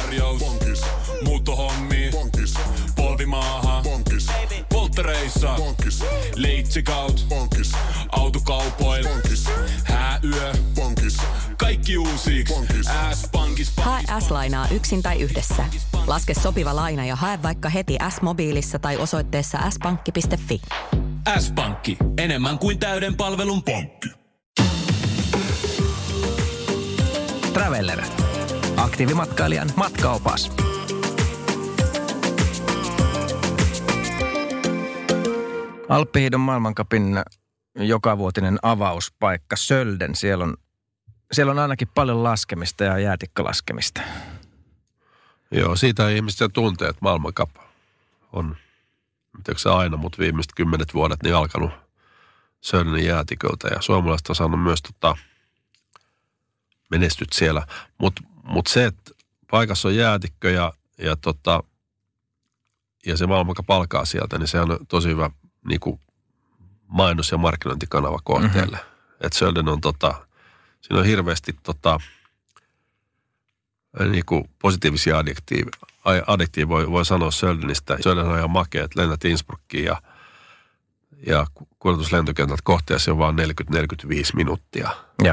korjaus. Bonkis. Muuttohommi. Bonkis. Polvimaaha. Bonkis. Polttereissa. Bonkis. Leitsikaut. Bonkis. Autokaupoil. Bonkis. Hääyö. Bonkis. Kaikki uusiiksi. S-pankis. Hae S-lainaa yksin tai yhdessä. Laske sopiva laina ja hae vaikka heti S-mobiilissa tai osoitteessa s-pankki.fi. S-pankki. Enemmän kuin täyden palvelun pankki. Traveller. Aktiivimatkailijan matkaopas. Alppihiidon maailmancupin jokavuotinen avauspaikka Sölden. Siellä on ainakin paljon laskemista ja jäätikkölaskemista. Joo, siitä ihmisten tunteet maailmancup on, miten se aina, mutta viimeiset 10 vuodet niin alkanut Söldenin jäätiköltä. Ja suomalaiset on saanut myös menestyt siellä. Mut se, että paikassa on jäätikkö ja se maailmancup alkaa sieltä, niin se on tosi hyvä niin kuin mainos- ja markkinointikanava kohteelle. Että Sölden on siinä on hirveästi niin kuin positiivisia adjektiivoja voi sanoa Söldenistä. Sölden on ihan makea, että lennät Innsbruckiin ja kuljetuslentokentältä kohteessa on vaan 40-45 minuuttia. Ja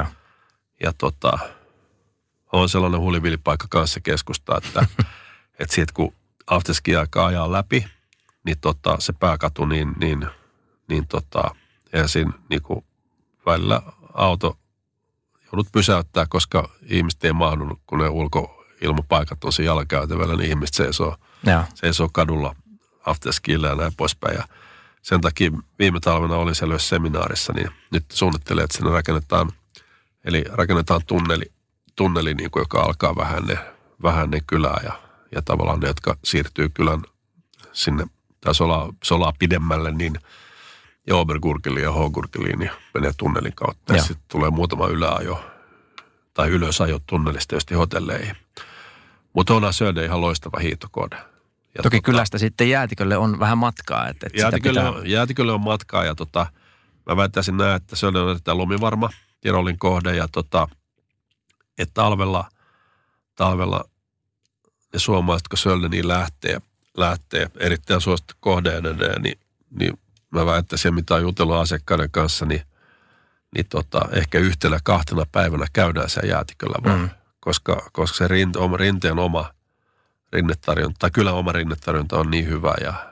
on sellainen hulivillipaikka kanssa keskustaa, että siitä kun afterski-aikaa ajaa läpi, niin se pääkatu, niin eihän siinä niinku välillä auto joudut pysäyttää, koska ihmiset ei mahdunut, kun ne ulkoilmapaikat on siinä jalkakäytävällä, niin ihmiset seisoo kadulla afterskillä ja näin poispäin. Ja sen takia viime talvena olin siellä seminaarissa, niin nyt suunnittelee, että sinne rakennetaan tunneli niin kuin, joka alkaa vähän ennen kylää ja tavallaan ne, jotka siirtyy kylän sinne tai solaa pidemmälle, niin ja Obergurkeliin ja Hogurkeliin, niin menee tunnelin kautta. Ja sitten tulee muutama yläajo tai ylösajo tunnelista just hotelleihin. Mutta onhan Sölden ihan loistava hiihtokohde. Ja toki kylästä sitten jäätikölle on vähän matkaa. Jäätikölle on matkaa ja mä väittäisin näin, että Sölden on erittäin lumivarma Tirolin kohde ja että talvella ne suomalaiset, kun Söldeniin lähtee erittäin suosittu kohde edelleen, niin mä väittäisin, mitä on jutellut asiakkaiden kanssa, niin ehkä 1-2 päivänä käydään siellä jäätiköllä vaan. Koska se rinteen oma rinnetarjonta, tai kyllä oma rinnetarjonta on niin hyvä ja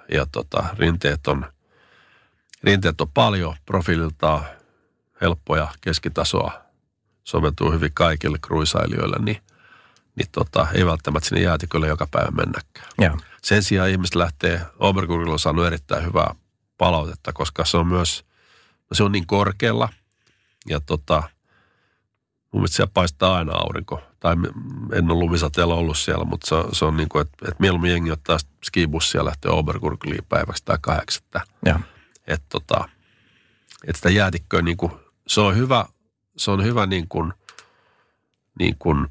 rinteet on paljon, profiililtaan helppoja, keskitasoa, soveltuu hyvin kaikille kruisailijoille, niin ei välttämättä sinne jäätikölle joka päivä mennäkään. Ja. Sen sijaan ihmiset lähtee, Obergurgel on saanut erittäin hyvää palautetta, koska se on myös, se on niin korkealla ja mun mielestä siellä paistaa aina aurinko. Tai en ole lumisateella ollut siellä, mutta se on niin kuin, että mieluummin jengi ottaa skibussia ja lähtee Obergurgeliin päiväksi tai 8. Ja. Että sitä jäätikköä niin kuin, se on hyvä niin kuin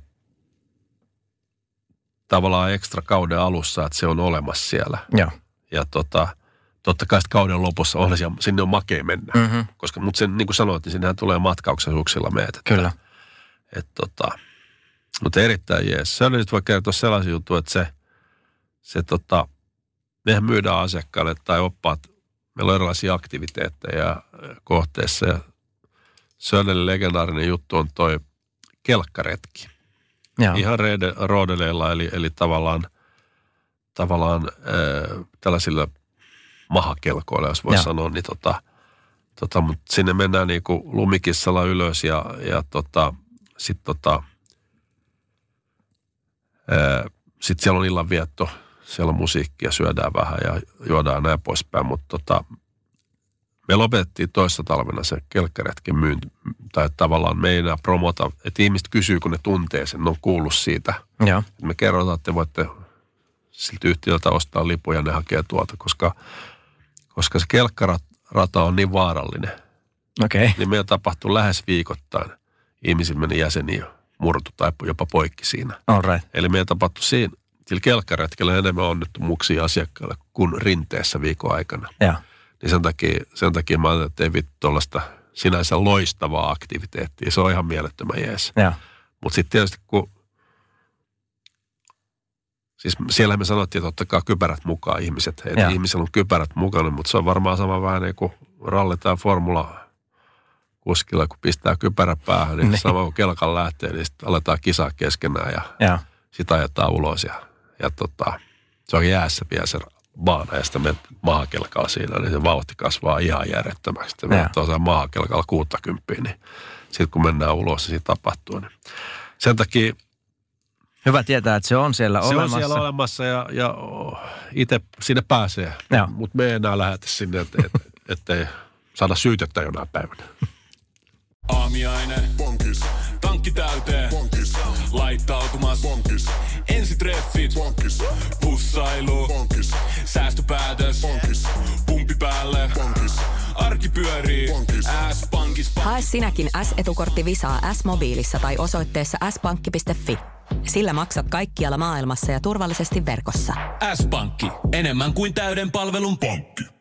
tavallaan ekstra kauden alussa, että se on olemassa siellä. Ja. Ja totta kai kauden lopussa sinne on makea mennä. Koska, mutta sen, niin kuin sanoit, niin sinnehän tulee matkauksen suksilla meet. Kyllä. Mutta erittäin jees. Se nyt voi kertoa sellaisen jutun, että mehän myydään asiakkaille tai oppaat. Meillä on erilaisia aktiviteetteja kohteessa ja Söldenin legendaarinen juttu on toi kelkkaretki. Ja. Ihan roodeleilla, eli tavallaan tällaisilla mahakelkoilla, jos voi sanoa, niin mutta sinne mennään niinku lumikissalla ylös ja sitten sit siellä on illanvietto, siellä on musiikkia, syödään vähän ja juodaan näin poispäin, mutta me lopetettiin toissa talvena se kelkkaretken myynti, tai tavallaan me ei enää promota, että ihmiset kysyy, kun ne tuntee sen, ne on kuullut siitä. Ja. Me kerrotaan, että te voitte siltä yhtiöltä ostaa lipuja ja ne hakee tuolta, koska se kelkkarata on niin vaarallinen. Okay. Niin meillä tapahtui lähes viikoittain. Ihmisillä meni jäseniä murtu tai jopa poikki siinä. All right. Eli meillä tapahtui sillä kelkkaretkellä enemmän onnettomuuksia asiakkaille kuin rinteessä viikon aikana. Ja. Niin sen takia mä ajattelin, että ei vittu tuollaista sinänsä loistavaa aktiviteettia. Se on ihan mielettömän jees. Ja. Mutta sitten tietysti kun Siis siellä me sanottiin, että ottakaa kypärät mukaan ihmiset. Että ihmisellä on kypärät mukana, mutta se on varmaan sama vähän niin kuin ralli tai formula kuskilla, kun pistää kypärä päähän, niin sama kuin kelkan lähtee, niin sitten aletaan kisaa keskenään ja sitä ajetaan ulos. Ja se on jäässä vielä se baana ja sitten menet maakelkalla siinä, niin se vauhti kasvaa ihan järjettömäksi. Sitten menet tosiaan maakelkalla 60, niin sitten kun mennään ulos, niin siinä tapahtuu. Niin sen takia... Hyvä tietää, että se on siellä olemassa. Se on siellä olemassa ja itse sinne pääsee, mutta me ei enää lähetä sinne, ettei saada syytettä jonain päivänä. Aamiainen. Bonkis. Tankki täyteen. Bonkis. Laittautumas. Bonkis. Ensitreffit. Bonkis. Pussailu. Bonkis. Säästöpäätös. Bonkis. Pumpi päälle. Bonkis. Arki pyörii. Bonkis. S-pankis. Hae sinäkin S-etukortti Visaa S-mobiilissa tai osoitteessa s-pankki.fi. Sillä maksat kaikkialla maailmassa ja turvallisesti verkossa. S-pankki. Enemmän kuin täyden palvelun pankki.